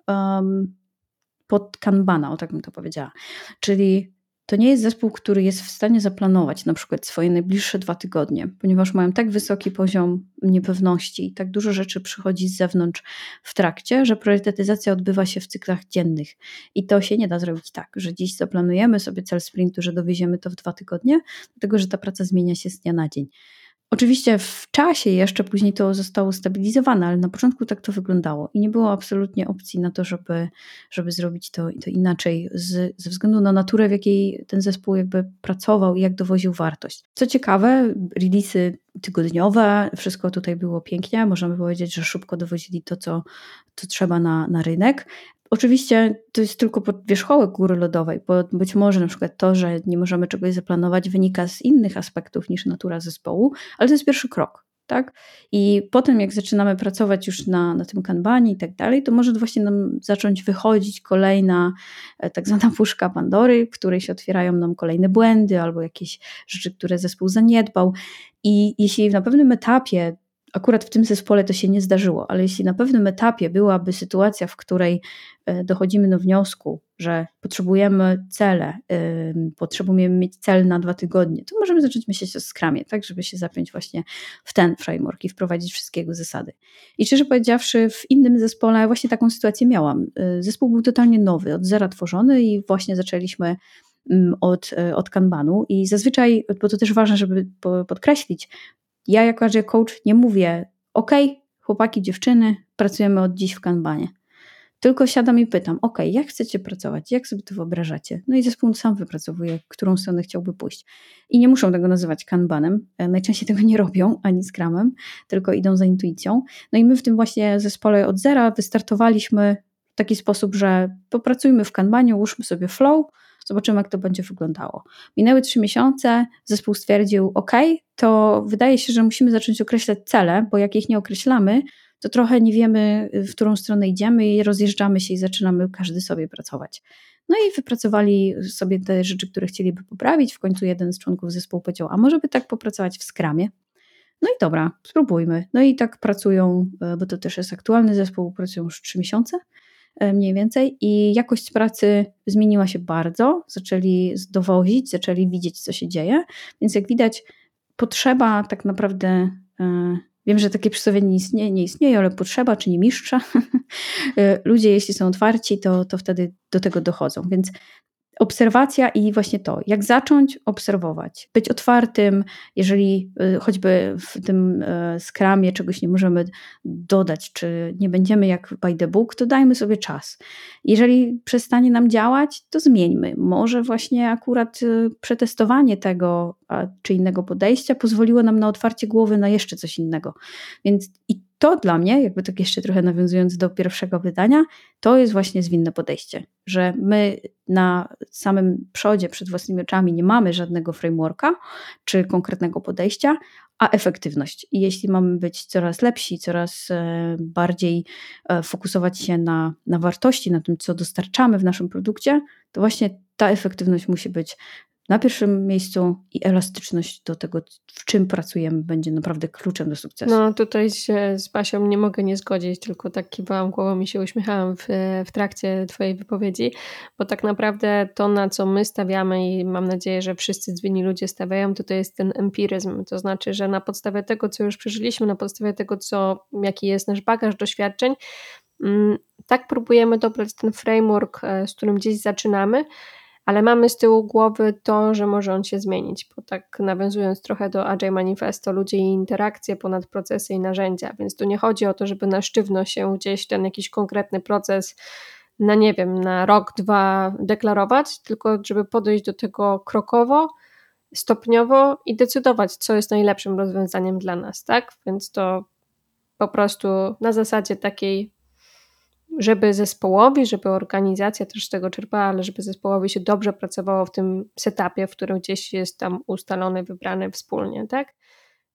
pod Kanbana, o tak bym to powiedziała. Czyli to nie jest zespół, który jest w stanie zaplanować na przykład swoje najbliższe 2 tygodnie, ponieważ mają tak wysoki poziom niepewności i tak dużo rzeczy przychodzi z zewnątrz w trakcie, że priorytetyzacja odbywa się w cyklach dziennych. I to się nie da zrobić tak, że dziś zaplanujemy sobie cel sprintu, że dowieziemy to w 2 tygodnie, dlatego że ta praca zmienia się z dnia na dzień. Oczywiście w czasie jeszcze później to zostało stabilizowane, ale na początku tak to wyglądało i nie było absolutnie opcji na to, żeby zrobić to inaczej ze względu na naturę, w jakiej ten zespół jakby pracował i jak dowoził wartość. Co ciekawe, releasy tygodniowe, wszystko tutaj było pięknie, możemy powiedzieć, że szybko dowozili to, co trzeba na rynek. Oczywiście to jest tylko wierzchołek góry lodowej, bo być może na przykład to, że nie możemy czegoś zaplanować, wynika z innych aspektów niż natura zespołu, ale to jest pierwszy krok, tak? I potem jak zaczynamy pracować już na tym kanbanie i tak dalej, to może właśnie nam zacząć wychodzić kolejna tak zwana puszka Pandory, w której się otwierają nam kolejne błędy albo jakieś rzeczy, które zespół zaniedbał. I jeśli na pewnym etapie, akurat w tym zespole to się nie zdarzyło, ale jeśli na pewnym etapie byłaby sytuacja, w której dochodzimy do wniosku, że potrzebujemy cele, potrzebujemy mieć cel na 2 tygodnie, to możemy zacząć myśleć o Scrumie, tak, żeby się zapiąć właśnie w ten framework i wprowadzić wszystkie jego zasady. I szczerze powiedziawszy, w innym zespole właśnie taką sytuację miałam. Zespół był totalnie nowy, od zera tworzony i właśnie zaczęliśmy od kanbanu i zazwyczaj, bo to też ważne, żeby podkreślić, ja jako agile coach nie mówię, chłopaki, dziewczyny, pracujemy od dziś w kanbanie. Tylko siadam i pytam, jak chcecie pracować, jak sobie to wyobrażacie? No i zespół sam wypracowuje, którą stronę chciałby pójść. I nie muszą tego nazywać kanbanem, najczęściej tego nie robią, ani scrumem, tylko idą za intuicją. No i my w tym właśnie zespole od zera wystartowaliśmy w taki sposób, że popracujmy w kanbanie, ułóżmy sobie flow, zobaczymy, jak to będzie wyglądało. Minęły 3 miesiące, zespół stwierdził, to wydaje się, że musimy zacząć określać cele, bo jak ich nie określamy, to trochę nie wiemy, w którą stronę idziemy i rozjeżdżamy się i zaczynamy każdy sobie pracować. No i wypracowali sobie te rzeczy, które chcieliby poprawić. W końcu jeden z członków zespołu powiedział, a może by tak popracować w Scrumie? No i dobra, spróbujmy. No i tak pracują, bo to też jest aktualny zespół, pracują już 3 miesiące mniej więcej i jakość pracy zmieniła się bardzo. Zaczęli dowozić, zaczęli widzieć, co się dzieje. Więc jak widać, potrzeba tak naprawdę... Wiem, że takie przysłowie nie istnieje, ale potrzeba czyni mistrza. Ludzie, jeśli są otwarci, to wtedy do tego dochodzą. Więc obserwacja i właśnie to, jak zacząć obserwować, być otwartym, jeżeli choćby w tym Scrumie czegoś nie możemy dodać, czy nie będziemy jak by the book, to dajmy sobie czas. Jeżeli przestanie nam działać, to zmieńmy. Może właśnie akurat przetestowanie tego czy innego podejścia pozwoliło nam na otwarcie głowy na jeszcze coś innego. Więc i to dla mnie, jakby tak jeszcze trochę nawiązując do pierwszego pytania, to jest właśnie zwinne podejście, że my na samym przodzie przed własnymi oczami nie mamy żadnego frameworka czy konkretnego podejścia, a efektywność. I jeśli mamy być coraz lepsi, coraz bardziej fokusować się na wartości, na tym, co dostarczamy w naszym produkcie, to właśnie ta efektywność musi być na pierwszym miejscu i elastyczność do tego, w czym pracujemy, będzie naprawdę kluczem do sukcesu. No tutaj się z Basią nie mogę nie zgodzić, tylko tak kiwałam głową i się uśmiechałam w trakcie twojej wypowiedzi, bo tak naprawdę to, na co my stawiamy i mam nadzieję, że wszyscy zwinni ludzie stawiają, to jest ten empiryzm, to znaczy, że na podstawie tego, co już przeżyliśmy, na podstawie tego, jaki jest nasz bagaż doświadczeń, tak próbujemy dobrać ten framework, z którym gdzieś zaczynamy, ale mamy z tyłu głowy to, że może on się zmienić, bo tak nawiązując trochę do Agile Manifesto, ludzie i interakcje ponad procesy i narzędzia, więc tu nie chodzi o to, żeby na sztywno się gdzieś ten jakiś konkretny proces na rok, 2 deklarować, tylko żeby podejść do tego krokowo, stopniowo i decydować, co jest najlepszym rozwiązaniem dla nas, tak? Więc to po prostu na zasadzie takiej, żeby zespołowi, żeby organizacja też z tego czerpała, ale żeby zespołowi się dobrze pracowało w tym setupie, w którym gdzieś jest tam ustalony, wybrany wspólnie, tak?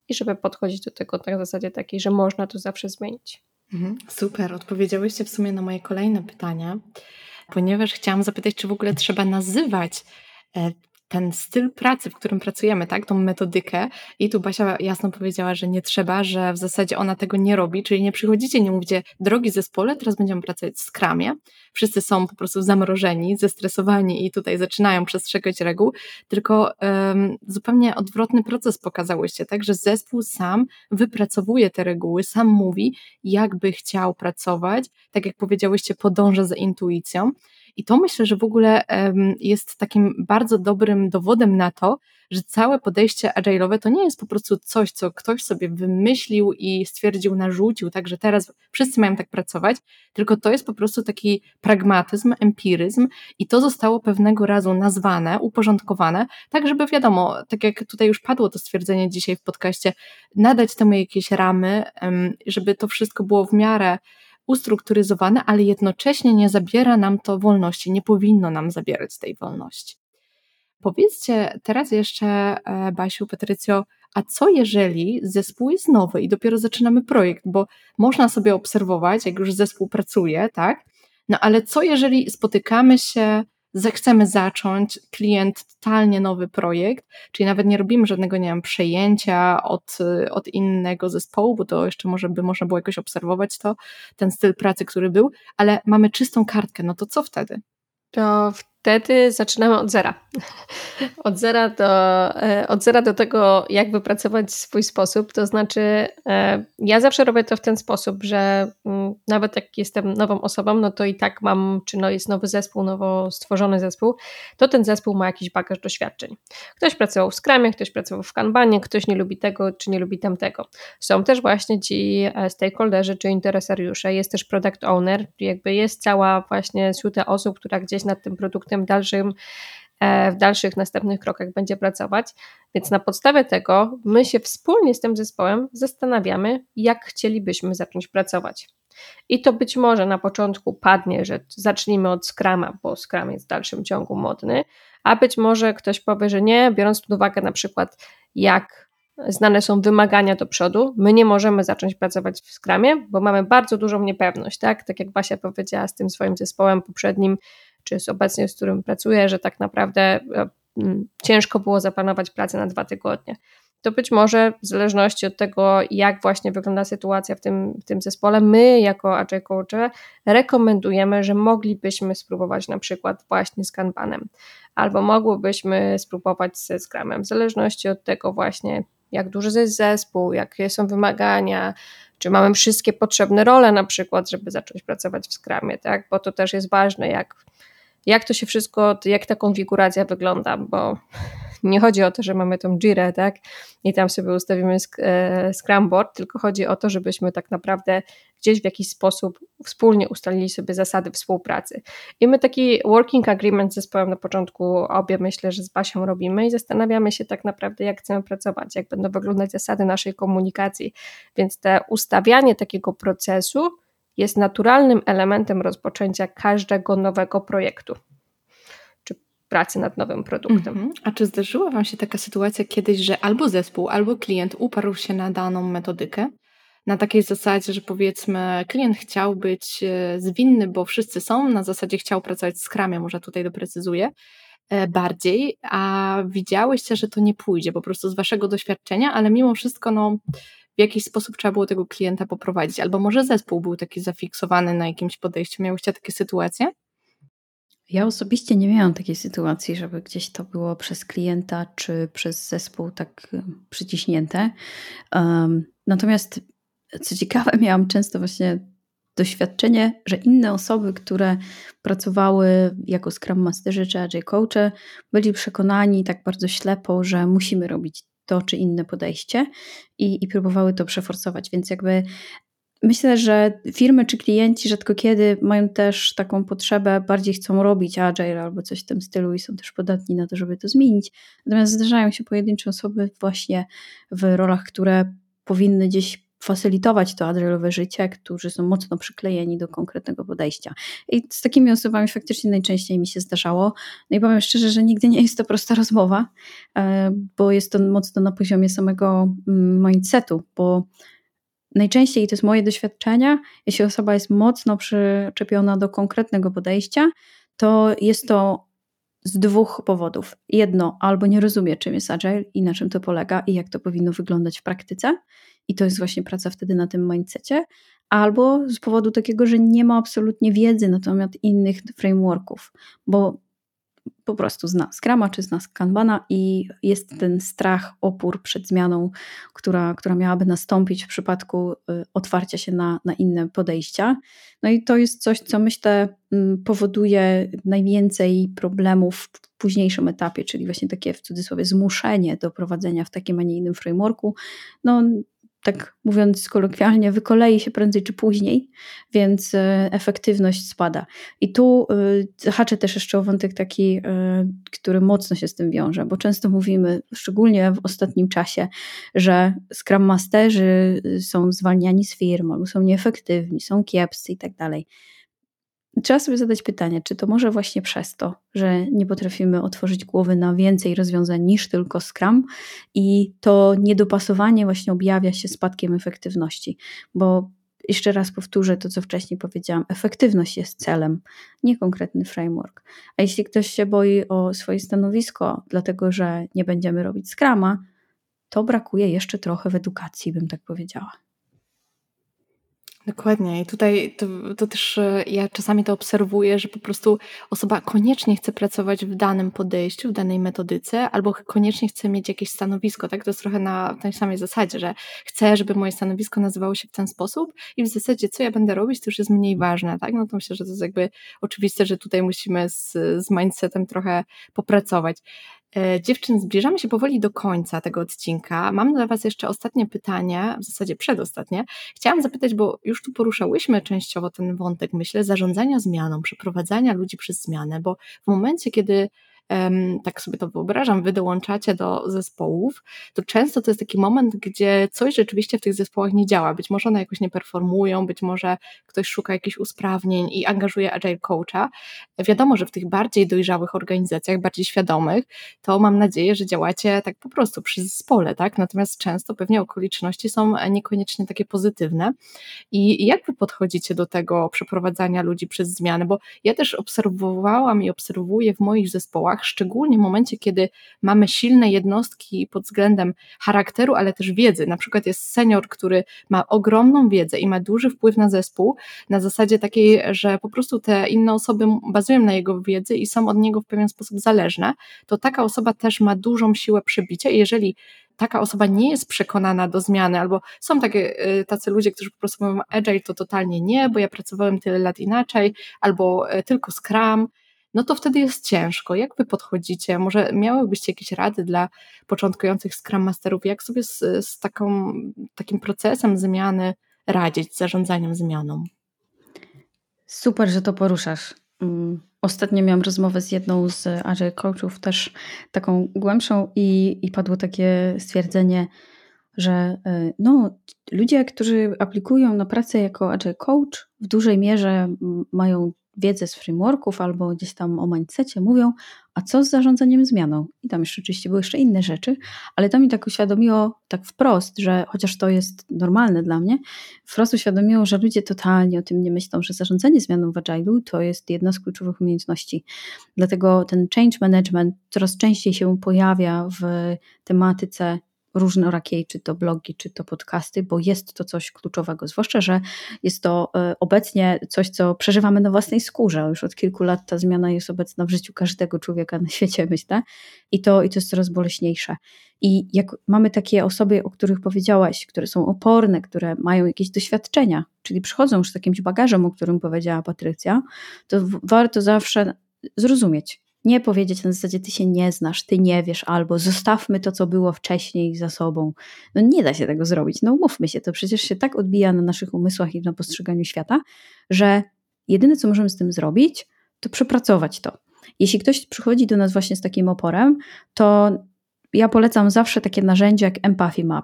i żeby podchodzić do tego na zasadzie takiej, że można to zawsze zmienić. Super, odpowiedziałyście w sumie na moje kolejne pytania, ponieważ chciałam zapytać, czy w ogóle trzeba nazywać ten styl pracy, w którym pracujemy, tak, tą metodykę. I tu Basia jasno powiedziała, że nie trzeba, że w zasadzie ona tego nie robi, czyli nie przychodzicie, nie mówicie, drogi zespole, teraz będziemy pracować w Scrumie. Wszyscy są po prostu zamrożeni, zestresowani i tutaj zaczynają przestrzegać reguł, tylko zupełnie odwrotny proces pokazałyście, tak, że zespół sam wypracowuje te reguły, sam mówi, jak by chciał pracować, tak jak powiedziałyście, podąża za intuicją. I to myślę, że w ogóle jest takim bardzo dobrym dowodem na to, że całe podejście agile'owe to nie jest po prostu coś, co ktoś sobie wymyślił i stwierdził, narzucił, tak, że teraz wszyscy mają tak pracować, tylko to jest po prostu taki pragmatyzm, empiryzm i to zostało pewnego razu nazwane, uporządkowane, tak żeby wiadomo, tak jak tutaj już padło to stwierdzenie dzisiaj w podcaście, nadać temu jakieś ramy, żeby to wszystko było w miarę ustrukturyzowane, ale jednocześnie nie zabiera nam to wolności, nie powinno nam zabierać tej wolności. Powiedzcie teraz jeszcze, Basiu, Patrycjo, a co jeżeli zespół jest nowy i dopiero zaczynamy projekt, bo można sobie obserwować, jak już zespół pracuje, tak? No ale co jeżeli spotykamy się, chcemy zacząć, klient totalnie nowy projekt, czyli nawet nie robimy żadnego, nie wiem, przejęcia od innego zespołu, bo to jeszcze może by można było jakoś obserwować to, ten styl pracy, który był, ale mamy czystą kartkę, no to co wtedy? To wtedy zaczynamy od zera. Od zera do tego, jak wypracować swój sposób. To znaczy, ja zawsze robię to w ten sposób, że nawet jak jestem nową osobą, no to i tak mam, czy jest nowy zespół, nowo stworzony zespół, to ten zespół ma jakiś bagaż doświadczeń. Ktoś pracował w Scrumie, ktoś pracował w Kanbanie, ktoś nie lubi tego, czy nie lubi tamtego. Są też właśnie ci stakeholderzy, czy interesariusze, jest też product owner, jakby jest cała właśnie suita osób, która gdzieś nad tym produktem w dalszych następnych krokach będzie pracować, więc na podstawie tego my się wspólnie z tym zespołem zastanawiamy, jak chcielibyśmy zacząć pracować. I to być może na początku padnie, że zacznijmy od Scruma, bo Scrum jest w dalszym ciągu modny, a być może ktoś powie, że nie, biorąc pod uwagę na przykład jak znane są wymagania do przodu, my nie możemy zacząć pracować w Scrumie, bo mamy bardzo dużą niepewność, tak jak Basia powiedziała z tym swoim zespołem poprzednim, czy z obecnie, z którym pracuję, że tak naprawdę ciężko było zaplanować pracę na 2 tygodnie. To być może w zależności od tego, jak właśnie wygląda sytuacja w tym zespole, my jako Agile Coache rekomendujemy, że moglibyśmy spróbować na przykład właśnie z Kanbanem, albo mogłybyśmy spróbować ze Scrumem, w zależności od tego właśnie, jak duży jest zespół, jakie są wymagania, czy mamy wszystkie potrzebne role na przykład, żeby zacząć pracować w Scrumie, tak? Bo to też jest ważne, jak to się wszystko, jak ta konfiguracja wygląda, bo nie chodzi o to, że mamy tą Jirę, tak, i tam sobie ustawimy Scrum Board, tylko chodzi o to, żebyśmy tak naprawdę gdzieś w jakiś sposób wspólnie ustalili sobie zasady współpracy. I my taki working agreement z zespołem na początku obie, myślę, że z Basią robimy i zastanawiamy się tak naprawdę, jak chcemy pracować, jak będą wyglądać zasady naszej komunikacji. Więc to ustawianie takiego procesu jest naturalnym elementem rozpoczęcia każdego nowego projektu, czy pracy nad nowym produktem. A czy zdarzyła Wam się taka sytuacja kiedyś, że albo zespół, albo klient uparł się na daną metodykę? Na takiej zasadzie, że powiedzmy klient chciał być zwinny, bo wszyscy są, na zasadzie chciał pracować w Scrumie, może tutaj doprecyzuję bardziej, a widziałyście, że to nie pójdzie po prostu z Waszego doświadczenia, ale mimo wszystko w jakiś sposób trzeba było tego klienta poprowadzić, albo może zespół był taki zafiksowany na jakimś podejściu. Miałyście takie sytuacje? Ja osobiście nie miałam takiej sytuacji, żeby gdzieś to było przez klienta czy przez zespół tak przyciśnięte. Natomiast co ciekawe, miałam często właśnie doświadczenie, że inne osoby, które pracowały jako Scrum Masterzy czy Agile Coache, byli przekonani tak bardzo ślepo, że musimy robić to czy inne podejście i próbowały to przeforsować. Więc jakby myślę, że firmy czy klienci rzadko kiedy mają też taką potrzebę, bardziej chcą robić Agile albo coś w tym stylu i są też podatni na to, żeby to zmienić. Natomiast zdarzają się pojedyncze osoby właśnie w rolach, które powinny gdzieś facylitować to agile'owe życie, którzy są mocno przyklejeni do konkretnego podejścia. I z takimi osobami faktycznie najczęściej mi się zdarzało. No i powiem szczerze, że nigdy nie jest to prosta rozmowa, bo jest to mocno na poziomie samego mindsetu, bo najczęściej, i to jest moje doświadczenie, jeśli osoba jest mocno przyczepiona do konkretnego podejścia, to jest to z 2 powodów. Jedno, albo nie rozumie, czym jest agile i na czym to polega i jak to powinno wyglądać w praktyce. I to jest właśnie praca wtedy na tym mindsetie. Albo z powodu takiego, że nie ma absolutnie wiedzy na temat innych frameworków, bo po prostu zna Scruma czy zna Kanbana i jest ten strach, opór przed zmianą, która miałaby nastąpić w przypadku otwarcia się na inne podejścia. No i to jest coś, co myślę powoduje najwięcej problemów w późniejszym etapie, czyli właśnie takie w cudzysłowie zmuszenie do prowadzenia w takim, a nie innym frameworku. No tak mówiąc kolokwialnie, wykolei się prędzej czy później, więc efektywność spada. I tu zahaczę też jeszcze o wątek taki, który mocno się z tym wiąże, bo często mówimy, szczególnie w ostatnim czasie, że Scrum Masterzy są zwalniani z firm, albo są nieefektywni, są kiepscy i tak dalej. Trzeba sobie zadać pytanie, czy to może właśnie przez to, że nie potrafimy otworzyć głowy na więcej rozwiązań niż tylko Scrum i to niedopasowanie właśnie objawia się spadkiem efektywności, bo jeszcze raz powtórzę to, co wcześniej powiedziałam, efektywność jest celem, nie konkretny framework. A jeśli ktoś się boi o swoje stanowisko, dlatego że nie będziemy robić Scruma, to brakuje jeszcze trochę w edukacji, bym tak powiedziała. Dokładnie. I tutaj to też ja czasami to obserwuję, że po prostu osoba koniecznie chce pracować w danym podejściu, w danej metodyce, albo koniecznie chce mieć jakieś stanowisko, tak? To jest trochę na tej samej zasadzie, że chcę, żeby moje stanowisko nazywało się w ten sposób i w zasadzie co ja będę robić, to już jest mniej ważne, tak? No to myślę, że to jest jakby oczywiste, że tutaj musimy z mindsetem trochę popracować. Dziewczyn, zbliżamy się powoli do końca tego odcinka. Mam dla Was jeszcze ostatnie pytanie, w zasadzie przedostatnie. Chciałam zapytać, bo już tu poruszałyśmy częściowo ten wątek, myślę, zarządzania zmianą, przeprowadzania ludzi przez zmianę, bo w momencie, kiedy tak sobie to wyobrażam, wy dołączacie do zespołów, to często to jest taki moment, gdzie coś rzeczywiście w tych zespołach nie działa. Być może one jakoś nie performują, być może ktoś szuka jakichś usprawnień i angażuje agile coacha. Wiadomo, że w tych bardziej dojrzałych organizacjach, bardziej świadomych, to mam nadzieję, że działacie tak po prostu przy zespole, tak? Natomiast często pewnie okoliczności są niekoniecznie takie pozytywne. I jak wy podchodzicie do tego przeprowadzania ludzi przez zmiany? Bo ja też obserwowałam i obserwuję w moich zespołach, szczególnie w momencie, kiedy mamy silne jednostki pod względem charakteru, ale też wiedzy. Na przykład jest senior, który ma ogromną wiedzę i ma duży wpływ na zespół, na zasadzie takiej, że po prostu te inne osoby bazują na jego wiedzy i są od niego w pewien sposób zależne, to taka osoba też ma dużą siłę przebicia i jeżeli taka osoba nie jest przekonana do zmiany, albo są tacy ludzie, którzy po prostu mówią agile to totalnie nie, bo ja pracowałem tyle lat inaczej, albo tylko Scrum, no to wtedy jest ciężko. Jak wy podchodzicie? Może miałybyście jakieś rady dla początkujących Scrum Masterów, jak sobie z takim procesem zmiany radzić, z zarządzaniem zmianą? Super, że to poruszasz. Ostatnio miałam rozmowę z jedną z agile coachów, też taką głębszą i padło takie stwierdzenie, że ludzie, którzy aplikują na pracę jako agile coach, w dużej mierze mają wiedzę z frameworków albo gdzieś tam o mindsetie, mówią, a co z zarządzaniem zmianą? I tam oczywiście były jeszcze inne rzeczy, ale to mi tak uświadomiło tak wprost, że chociaż to jest normalne dla mnie, wprost uświadomiło, że ludzie totalnie o tym nie myślą, że zarządzanie zmianą w agile'u to jest jedna z kluczowych umiejętności. Dlatego ten change management coraz częściej się pojawia w tematyce różnorakiej, czy to blogi, czy to podcasty, bo jest to coś kluczowego, zwłaszcza, że jest to obecnie coś, co przeżywamy na własnej skórze. Już od kilku lat ta zmiana jest obecna w życiu każdego człowieka na świecie, myślę, i to jest coraz boleśniejsze. I jak mamy takie osoby, o których powiedziałaś, które są oporne, które mają jakieś doświadczenia, czyli przychodzą już z jakimś bagażem, o którym powiedziała Patrycja, to warto zawsze zrozumieć. Nie powiedzieć na zasadzie, ty się nie znasz, ty nie wiesz, albo zostawmy to, co było wcześniej za sobą. No nie da się tego zrobić, no umówmy się, to przecież się tak odbija na naszych umysłach i na postrzeganiu świata, że jedyne, co możemy z tym zrobić, to przepracować to. Jeśli ktoś przychodzi do nas właśnie z takim oporem, to ja polecam zawsze takie narzędzie jak Empathy Map.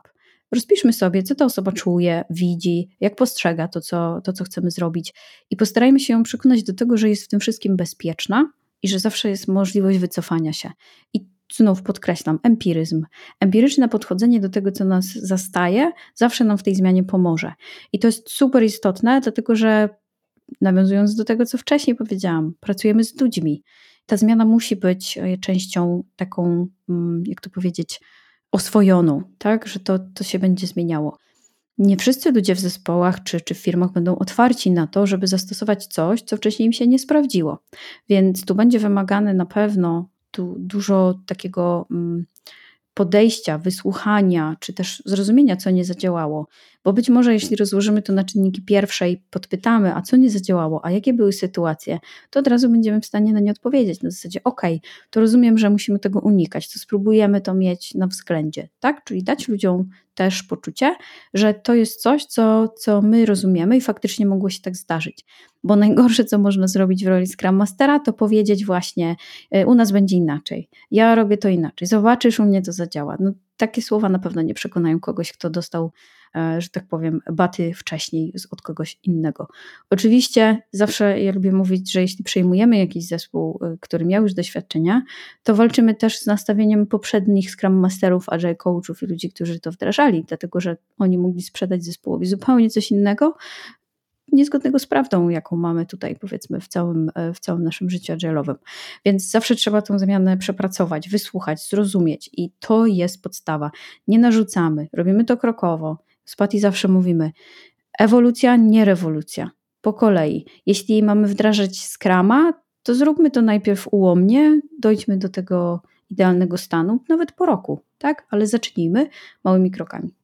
Rozpiszmy sobie, co ta osoba czuje, widzi, jak postrzega to, co chcemy zrobić i postarajmy się ją przekonać do tego, że jest w tym wszystkim bezpieczna i że zawsze jest możliwość wycofania się. I znów podkreślam, empiryzm. Empiryczne podchodzenie do tego, co nas zastaje, zawsze nam w tej zmianie pomoże. I to jest super istotne, dlatego że nawiązując do tego, co wcześniej powiedziałam, pracujemy z ludźmi. Ta zmiana musi być częścią taką, jak to powiedzieć, oswojoną, tak, że to się będzie zmieniało. Nie wszyscy ludzie w zespołach czy w firmach będą otwarci na to, żeby zastosować coś, co wcześniej im się nie sprawdziło. Więc tu będzie wymagane na pewno dużo takiego podejścia, wysłuchania, czy też zrozumienia, co nie zadziałało. Bo być może jeśli rozłożymy to na czynniki pierwsze i podpytamy, a co nie zadziałało, a jakie były sytuacje, to od razu będziemy w stanie na nie odpowiedzieć. Na zasadzie, to rozumiem, że musimy tego unikać, to spróbujemy to mieć na względzie, tak? Czyli dać ludziom też poczucie, że to jest coś, co my rozumiemy i faktycznie mogło się tak zdarzyć. Bo najgorsze, co można zrobić w roli Scrum Mastera, to powiedzieć właśnie, u nas będzie inaczej, ja robię to inaczej, zobaczysz, u mnie to zadziała. No, takie słowa na pewno nie przekonają kogoś, kto dostał, że tak powiem, baty wcześniej od kogoś innego. Oczywiście zawsze ja lubię mówić, że jeśli przejmujemy jakiś zespół, który miał już doświadczenia, to walczymy też z nastawieniem poprzednich Scrum Masterów, Agile Coachów i ludzi, którzy to wdrażali, dlatego że oni mogli sprzedać zespołowi zupełnie coś innego, niezgodnego z prawdą, jaką mamy tutaj, powiedzmy, w całym naszym życiu agile'owym. Więc zawsze trzeba tę zmianę przepracować, wysłuchać, zrozumieć i to jest podstawa. Nie narzucamy, robimy to krokowo. Z Patty zawsze mówimy, ewolucja, nie rewolucja, po kolei. Jeśli mamy wdrażać Scruma, to zróbmy to najpierw ułomnie, dojdźmy do tego idealnego stanu, nawet po roku, tak? Ale zacznijmy małymi krokami.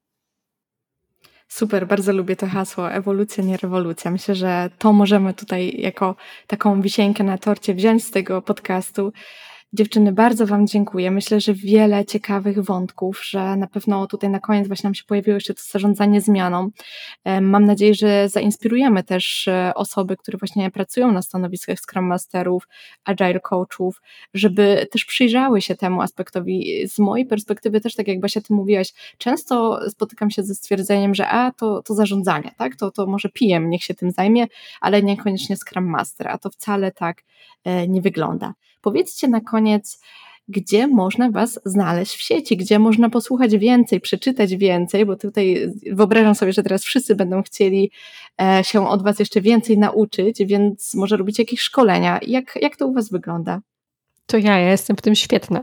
Super, bardzo lubię to hasło, ewolucja, nie rewolucja. Myślę, że to możemy tutaj jako taką wisienkę na torcie wziąć z tego podcastu. Dziewczyny, bardzo Wam dziękuję. Myślę, że wiele ciekawych wątków, że na pewno tutaj na koniec właśnie nam się pojawiło jeszcze to zarządzanie zmianą. Mam nadzieję, że zainspirujemy też osoby, które właśnie pracują na stanowiskach Scrum Masterów, Agile Coachów, żeby też przyjrzały się temu aspektowi. Z mojej perspektywy też, tak jak Basia, Ty mówiłaś, często spotykam się ze stwierdzeniem, że to zarządzanie, tak? To może PM niech się tym zajmie, ale niekoniecznie Scrum Master, a to wcale tak nie wygląda. Powiedzcie na koniec, gdzie można Was znaleźć w sieci, gdzie można posłuchać więcej, przeczytać więcej, bo tutaj wyobrażam sobie, że teraz wszyscy będą chcieli się od Was jeszcze więcej nauczyć, więc może robić jakieś szkolenia. Jak to u Was wygląda? To ja jestem w tym świetna.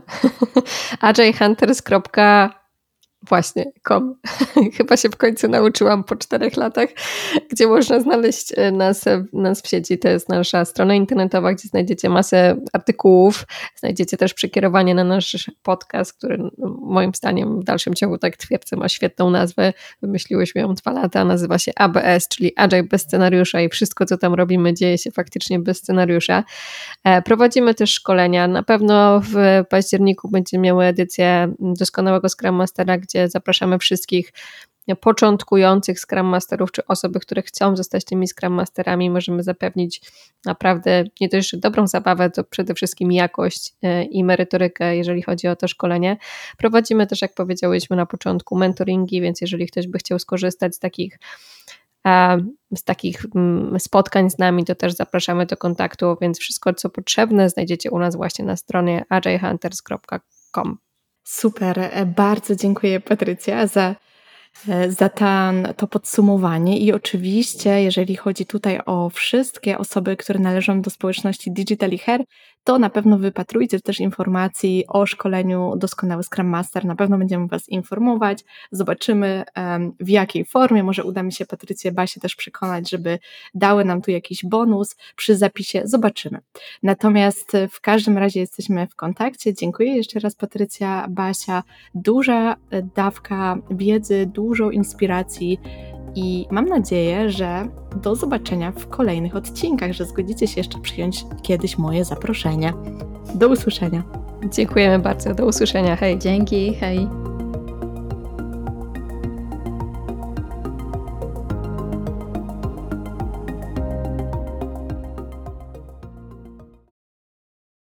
agilehunters.com. Chyba się w końcu nauczyłam po 4 latach, gdzie można znaleźć nas w sieci. To jest nasza strona internetowa, gdzie znajdziecie masę artykułów, znajdziecie też przekierowanie na nasz podcast, który moim zdaniem w dalszym ciągu, tak twierdzę, ma świetną nazwę. Wymyśliłyśmy ją 2 lata, nazywa się ABS, czyli Agile bez scenariusza i wszystko, co tam robimy, dzieje się faktycznie bez scenariusza. Prowadzimy też szkolenia. Na pewno w październiku będziemy miały edycję doskonałego Scrum Mastera, gdzie zapraszamy wszystkich początkujących Scrum Masterów, czy osoby, które chcą zostać tymi Scrum Masterami. Możemy zapewnić naprawdę nie dość, że dobrą zabawę, to przede wszystkim jakość i merytorykę, jeżeli chodzi o to szkolenie. Prowadzimy też, jak powiedziałyśmy na początku, mentoringi, więc jeżeli ktoś by chciał skorzystać z takich spotkań z nami, to też zapraszamy do kontaktu, więc wszystko, co potrzebne, znajdziecie u nas właśnie na stronie agilehunters.com. Super, bardzo dziękuję Patrycja za to podsumowanie i oczywiście, jeżeli chodzi tutaj o wszystkie osoby, które należą do społeczności Digitally Hair, to na pewno wypatrujcie też informacji o szkoleniu Doskonały Scrum Master, na pewno będziemy Was informować, zobaczymy w jakiej formie, może uda mi się Patrycję, Basię też przekonać, żeby dały nam tu jakiś bonus przy zapisie, zobaczymy. Natomiast w każdym razie jesteśmy w kontakcie, dziękuję jeszcze raz Patrycja, Basia, duża dawka wiedzy, dużo inspiracji i mam nadzieję, że do zobaczenia w kolejnych odcinkach, że zgodzicie się jeszcze przyjąć kiedyś moje zaproszenie. Do usłyszenia. Dziękujemy bardzo, do usłyszenia, hej. Dzięki, hej.